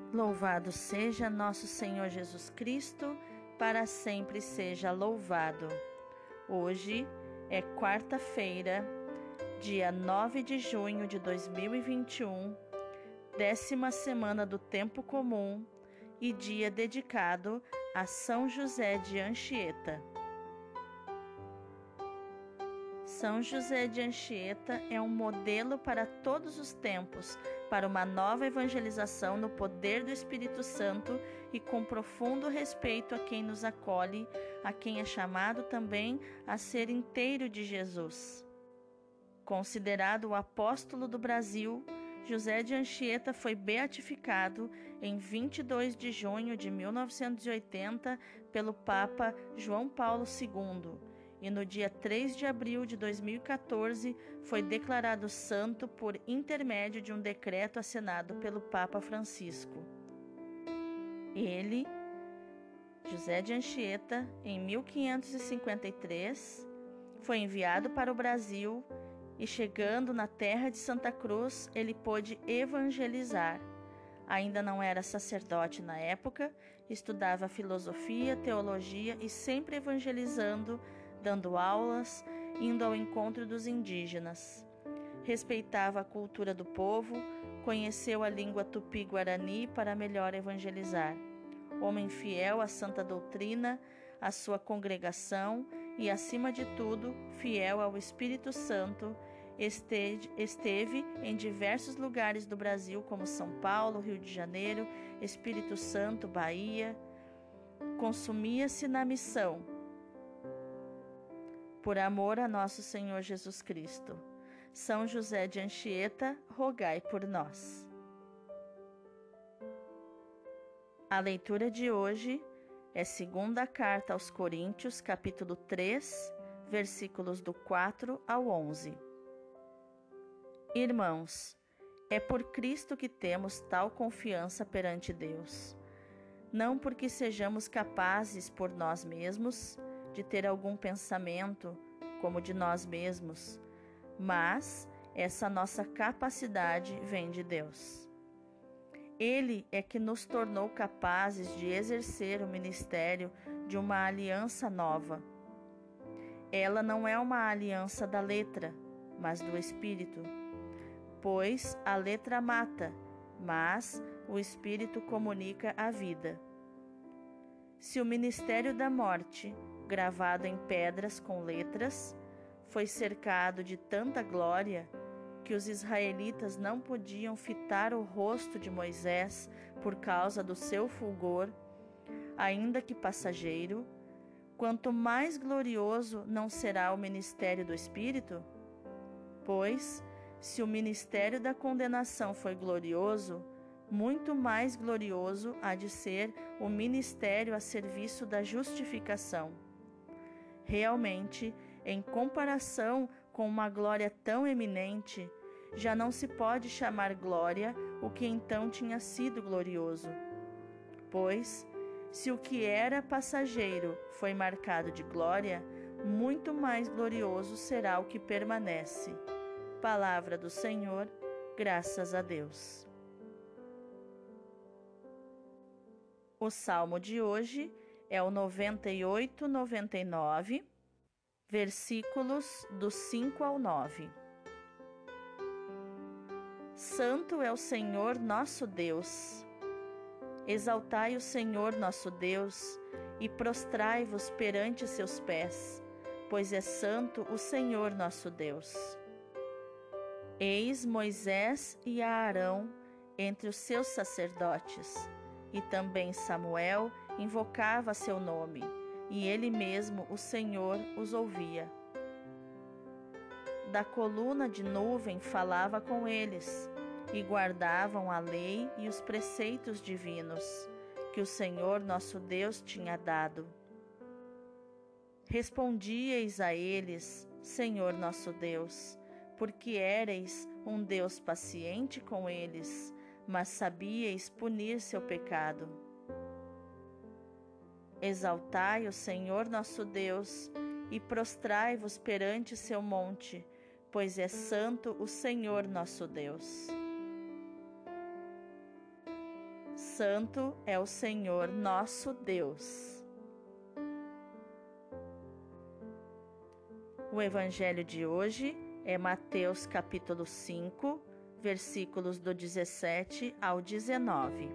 Louvado seja nosso Senhor Jesus Cristo, para sempre seja louvado. Hoje é quarta-feira, dia 9 de junho de 2021, 10ª semana do Tempo Comum e dia dedicado a São José de Anchieta. São José de Anchieta é um modelo para todos os tempos, para uma nova evangelização no poder do Espírito Santo e com profundo respeito a quem nos acolhe, a quem é chamado também a ser inteiro de Jesus. Considerado o apóstolo do Brasil, José de Anchieta foi beatificado em 22 de junho de 1980 pelo Papa João Paulo II. E no dia 3 de abril de 2014 foi declarado santo por intermédio de um decreto assinado pelo Papa Francisco. Ele, José de Anchieta, em 1553, foi enviado para o Brasil e, chegando na terra de Santa Cruz, ele pôde evangelizar. Ainda não era sacerdote na época, estudava filosofia, teologia e sempre evangelizando, dando aulas, indo ao encontro dos indígenas. Respeitava a cultura do povo, conheceu a língua tupi-guarani para melhor evangelizar. Homem fiel à santa doutrina, à sua congregação e, acima de tudo, fiel ao Espírito Santo, esteve em diversos lugares do Brasil, como São Paulo, Rio de Janeiro, Espírito Santo, Bahia. Consumia-se na missão, por amor a nosso Senhor Jesus Cristo. São José de Anchieta, rogai por nós. A leitura de hoje é 2ª carta aos Coríntios, capítulo 3, versículos do 4 ao 11. Irmãos, é por Cristo que temos tal confiança perante Deus. Não porque sejamos capazes por nós mesmos de ter algum pensamento como de nós mesmos, mas essa nossa capacidade vem de Deus. Ele é que nos tornou capazes de exercer o ministério de uma aliança nova. Ela não é uma aliança da letra, mas do Espírito. Pois a letra mata, mas o Espírito comunica a vida. Se o ministério da morte, gravado em pedras com letras, foi cercado de tanta glória que os israelitas não podiam fitar o rosto de Moisés por causa do seu fulgor, ainda que passageiro, quanto mais glorioso não será o ministério do Espírito? Pois, se o ministério da condenação foi glorioso, muito mais glorioso há de ser o ministério a serviço da justificação. Realmente, em comparação com uma glória tão eminente, já não se pode chamar glória o que então tinha sido glorioso. Pois, se o que era passageiro foi marcado de glória, muito mais glorioso será o que permanece. Palavra do Senhor, graças a Deus. O salmo de hoje é o 98-99, versículos do 5 ao 9. Santo é o Senhor nosso Deus. Exaltai o Senhor nosso Deus e prostrai-vos perante seus pés, pois é santo o Senhor nosso Deus. Eis Moisés e Arão entre os seus sacerdotes, e também Samuel invocava seu nome, e ele mesmo, o Senhor, os ouvia. Da coluna de nuvem falava com eles, e guardavam a lei e os preceitos divinos, que o Senhor nosso Deus tinha dado. Respondieis a eles, Senhor nosso Deus, porque éreis um Deus paciente com eles, mas sabíeis punir seu pecado. Exaltai o Senhor nosso Deus e prostrai-vos perante seu monte, pois é santo o Senhor nosso Deus. santo é o Senhor nosso Deus. O evangelho de hoje é Mateus capítulo 5, versículos do 17 ao 19.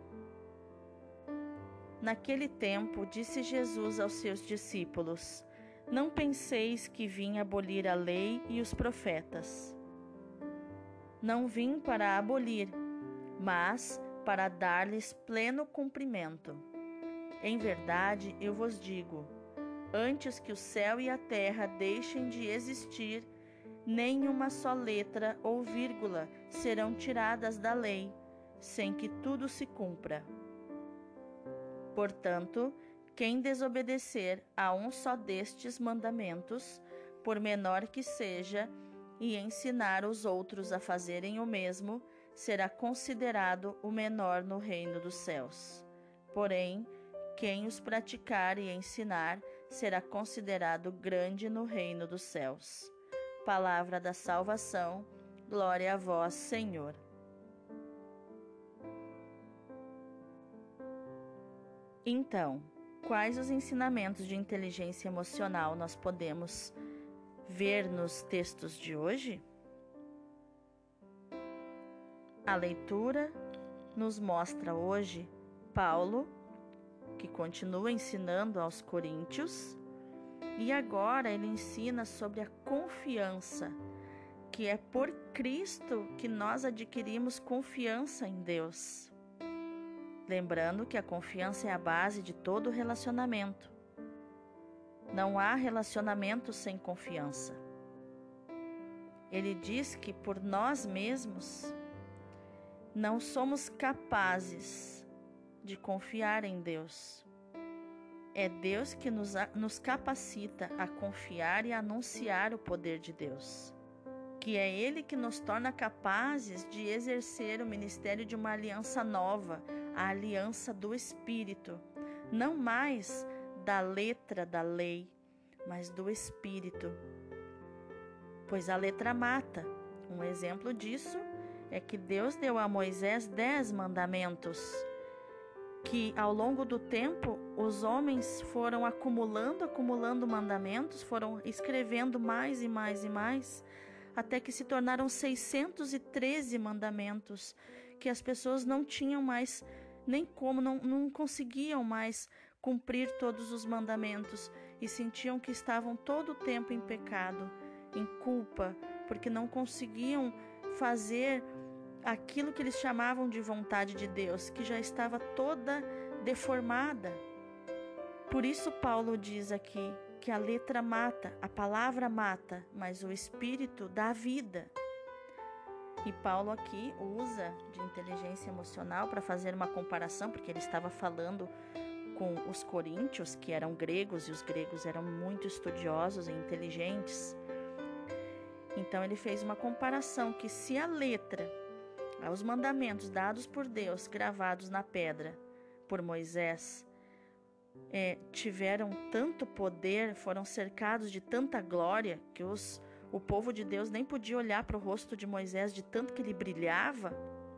Naquele tempo, disse Jesus aos seus discípulos: Não penseis que vim abolir a lei e os profetas. Não vim para abolir, mas para dar-lhes pleno cumprimento. Em verdade, eu vos digo, antes que o céu e a terra deixem de existir, nem uma só letra ou vírgula serão tiradas da lei, sem que tudo se cumpra. Portanto, quem desobedecer a um só destes mandamentos, por menor que seja, e ensinar os outros a fazerem o mesmo, será considerado o menor no reino dos céus. Porém, quem os praticar e ensinar, será considerado grande no reino dos céus. Palavra da salvação, glória a vós, Senhor. Então, quais os ensinamentos de inteligência emocional nós podemos ver nos textos de hoje? A leitura nos mostra hoje Paulo, que continua ensinando aos coríntios, e agora ele ensina sobre a confiança, que é por Cristo que nós adquirimos confiança em Deus. Lembrando que a confiança é a base de todo relacionamento. Não há relacionamento sem confiança. Ele diz que por nós mesmos não somos capazes de confiar em Deus. É Deus que nos capacita a confiar e a anunciar o poder de Deus. Que é Ele que nos torna capazes de exercer o ministério de uma aliança nova, a aliança do Espírito, não mais da letra da lei, mas do Espírito. Pois a letra mata. Um exemplo disso é que Deus deu a Moisés 10 mandamentos, que ao longo do tempo os homens foram acumulando mandamentos, foram escrevendo mais e mais e mais, até que se tornaram 613 mandamentos, que as pessoas não tinham mais nem como, não conseguiam mais cumprir todos os mandamentos e sentiam que estavam todo o tempo em pecado, em culpa, porque não conseguiam fazer aquilo que eles chamavam de vontade de Deus, que já estava toda deformada. Por isso Paulo diz aqui que a letra mata, a palavra mata, mas o Espírito dá vida. E Paulo aqui usa de inteligência emocional para fazer uma comparação, porque ele estava falando com os coríntios, que eram gregos, e os gregos eram muito estudiosos e inteligentes. Então ele fez uma comparação que se a letra, os mandamentos dados por Deus, gravados na pedra por Moisés, tiveram tanto poder, foram cercados de tanta glória, que o povo de Deus nem podia olhar para o rosto de Moisés de tanto que ele brilhava,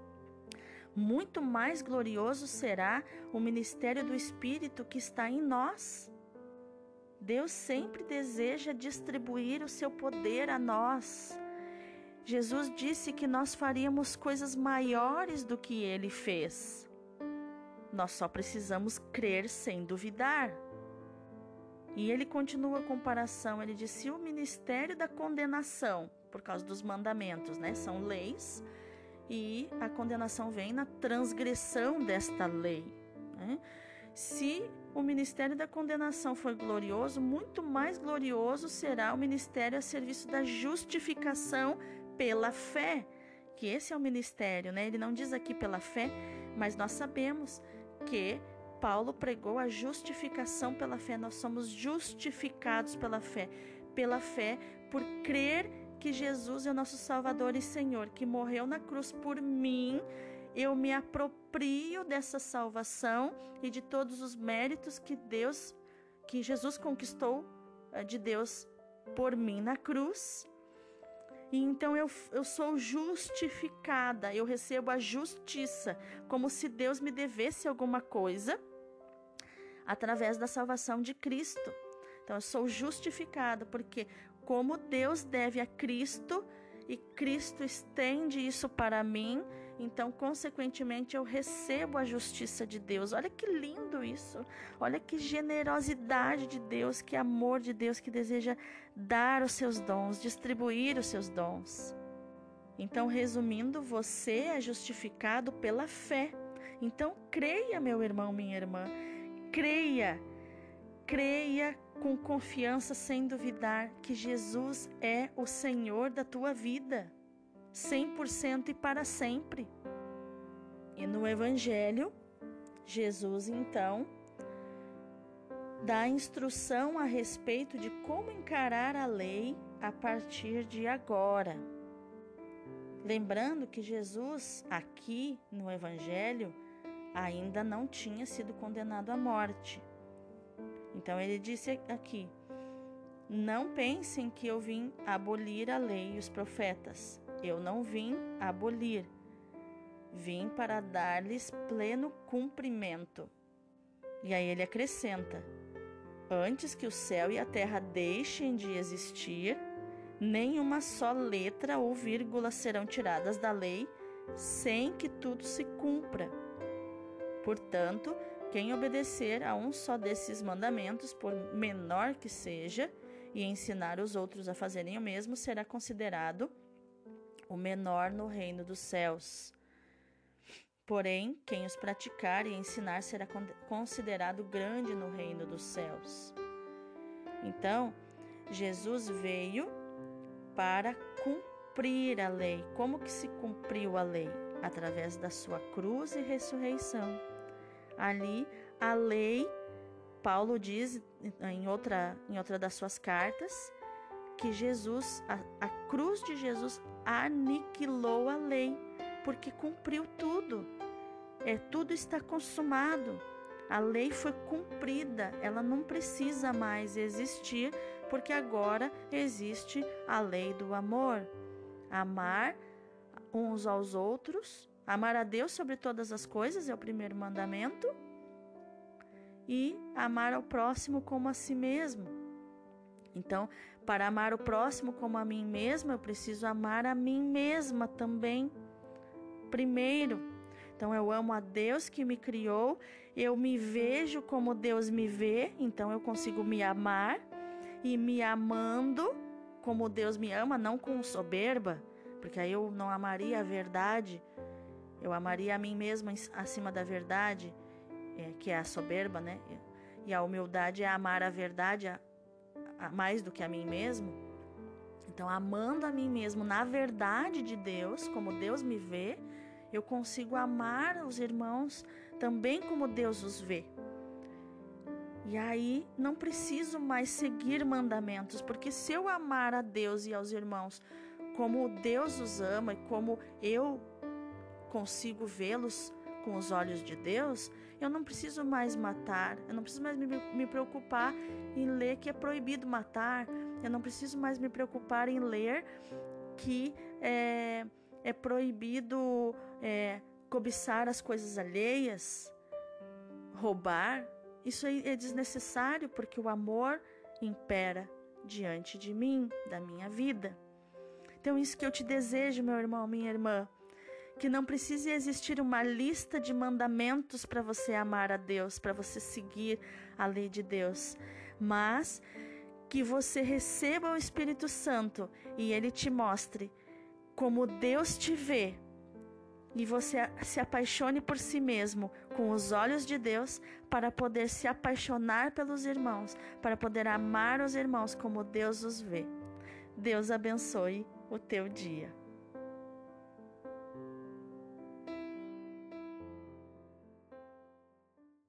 muito mais glorioso será o ministério do Espírito que está em nós. Deus sempre deseja distribuir o seu poder a nós. Jesus disse que nós faríamos coisas maiores do que Ele fez. Nós só precisamos crer sem duvidar. E ele continua a comparação, ele disse: o ministério da condenação, por causa dos mandamentos, são leis, e a condenação vem na transgressão desta lei. Se o ministério da condenação for glorioso, muito mais glorioso será o ministério a serviço da justificação pela fé, que esse é o ministério, Ele não diz aqui pela fé, mas nós sabemos que Paulo pregou a justificação pela fé. Nós somos justificados pela fé por crer que Jesus é o nosso Salvador e Senhor, que morreu na cruz por mim. Eu me aproprio dessa salvação e de todos os méritos que Jesus conquistou de Deus por mim na cruz. E então eu sou justificada, eu recebo a justiça, como se Deus me devesse alguma coisa, através da salvação de Cristo. Então eu sou justificada, porque como Deus deve a Cristo, e Cristo estende isso para mim, então consequentemente eu recebo a justiça de Deus. Olha que lindo isso, olha que generosidade de Deus, que amor de Deus, que deseja dar os seus dons, distribuir os seus dons. Então, resumindo, você é justificado pela fé. Então creia, meu irmão, minha irmã, creia com confiança, sem duvidar, que Jesus é o Senhor da tua vida, 100% e para sempre. E no Evangelho, Jesus, então, dá instrução a respeito de como encarar a lei a partir de agora. Lembrando que Jesus, aqui no Evangelho, ainda não tinha sido condenado à morte. Então ele disse aqui: não pensem que eu vim abolir a lei e os profetas. Eu não vim abolir, vim para dar-lhes pleno cumprimento. E aí ele acrescenta: antes que o céu e a terra deixem de existir, nem uma só letra ou vírgula serão tiradas da lei, sem que tudo se cumpra. Portanto, quem obedecer a um só desses mandamentos, por menor que seja, e ensinar os outros a fazerem o mesmo, será considerado o menor no reino dos céus. Porém, quem os praticar e ensinar será considerado grande no reino dos céus. Então, Jesus veio para cumprir a lei. Como que se cumpriu a lei? Através da sua cruz e ressurreição. Ali, a lei, Paulo diz em outra das suas cartas, que Jesus, a cruz de Jesus aniquilou a lei, porque cumpriu tudo. Tudo está consumado. A lei foi cumprida, ela não precisa mais existir, porque agora existe a lei do amor. Amar uns aos outros, amar a Deus sobre todas as coisas é o primeiro mandamento, e amar ao próximo como a si mesmo. Então, para amar o próximo como a mim mesma, eu preciso amar a mim mesma também, primeiro. Então, eu amo a Deus que me criou, eu me vejo como Deus me vê, então eu consigo me amar, e me amando como Deus me ama, não com soberba, porque aí eu não amaria a verdade, eu amaria a mim mesma acima da verdade, que é a soberba, né? E a humildade é amar a verdade mais do que a mim mesmo. Então, amando a mim mesmo na verdade de Deus, como Deus me vê, eu consigo amar os irmãos também como Deus os vê. E aí não preciso mais seguir mandamentos, porque se eu amar a Deus e aos irmãos como Deus os ama e como eu consigo vê-los com os olhos de Deus, eu não preciso mais matar, eu não preciso mais me preocupar em ler que é proibido matar, eu não preciso mais me preocupar em ler que é proibido cobiçar as coisas alheias, roubar. Isso aí é desnecessário, porque o amor impera diante de mim, da minha vida. Então, isso que eu te desejo, meu irmão, minha irmã, que não precise existir uma lista de mandamentos para você amar a Deus, para você seguir a lei de Deus, mas que você receba o Espírito Santo e Ele te mostre como Deus te vê, e você se apaixone por si mesmo com os olhos de Deus, para poder se apaixonar pelos irmãos, para poder amar os irmãos como Deus os vê. Deus abençoe o teu dia.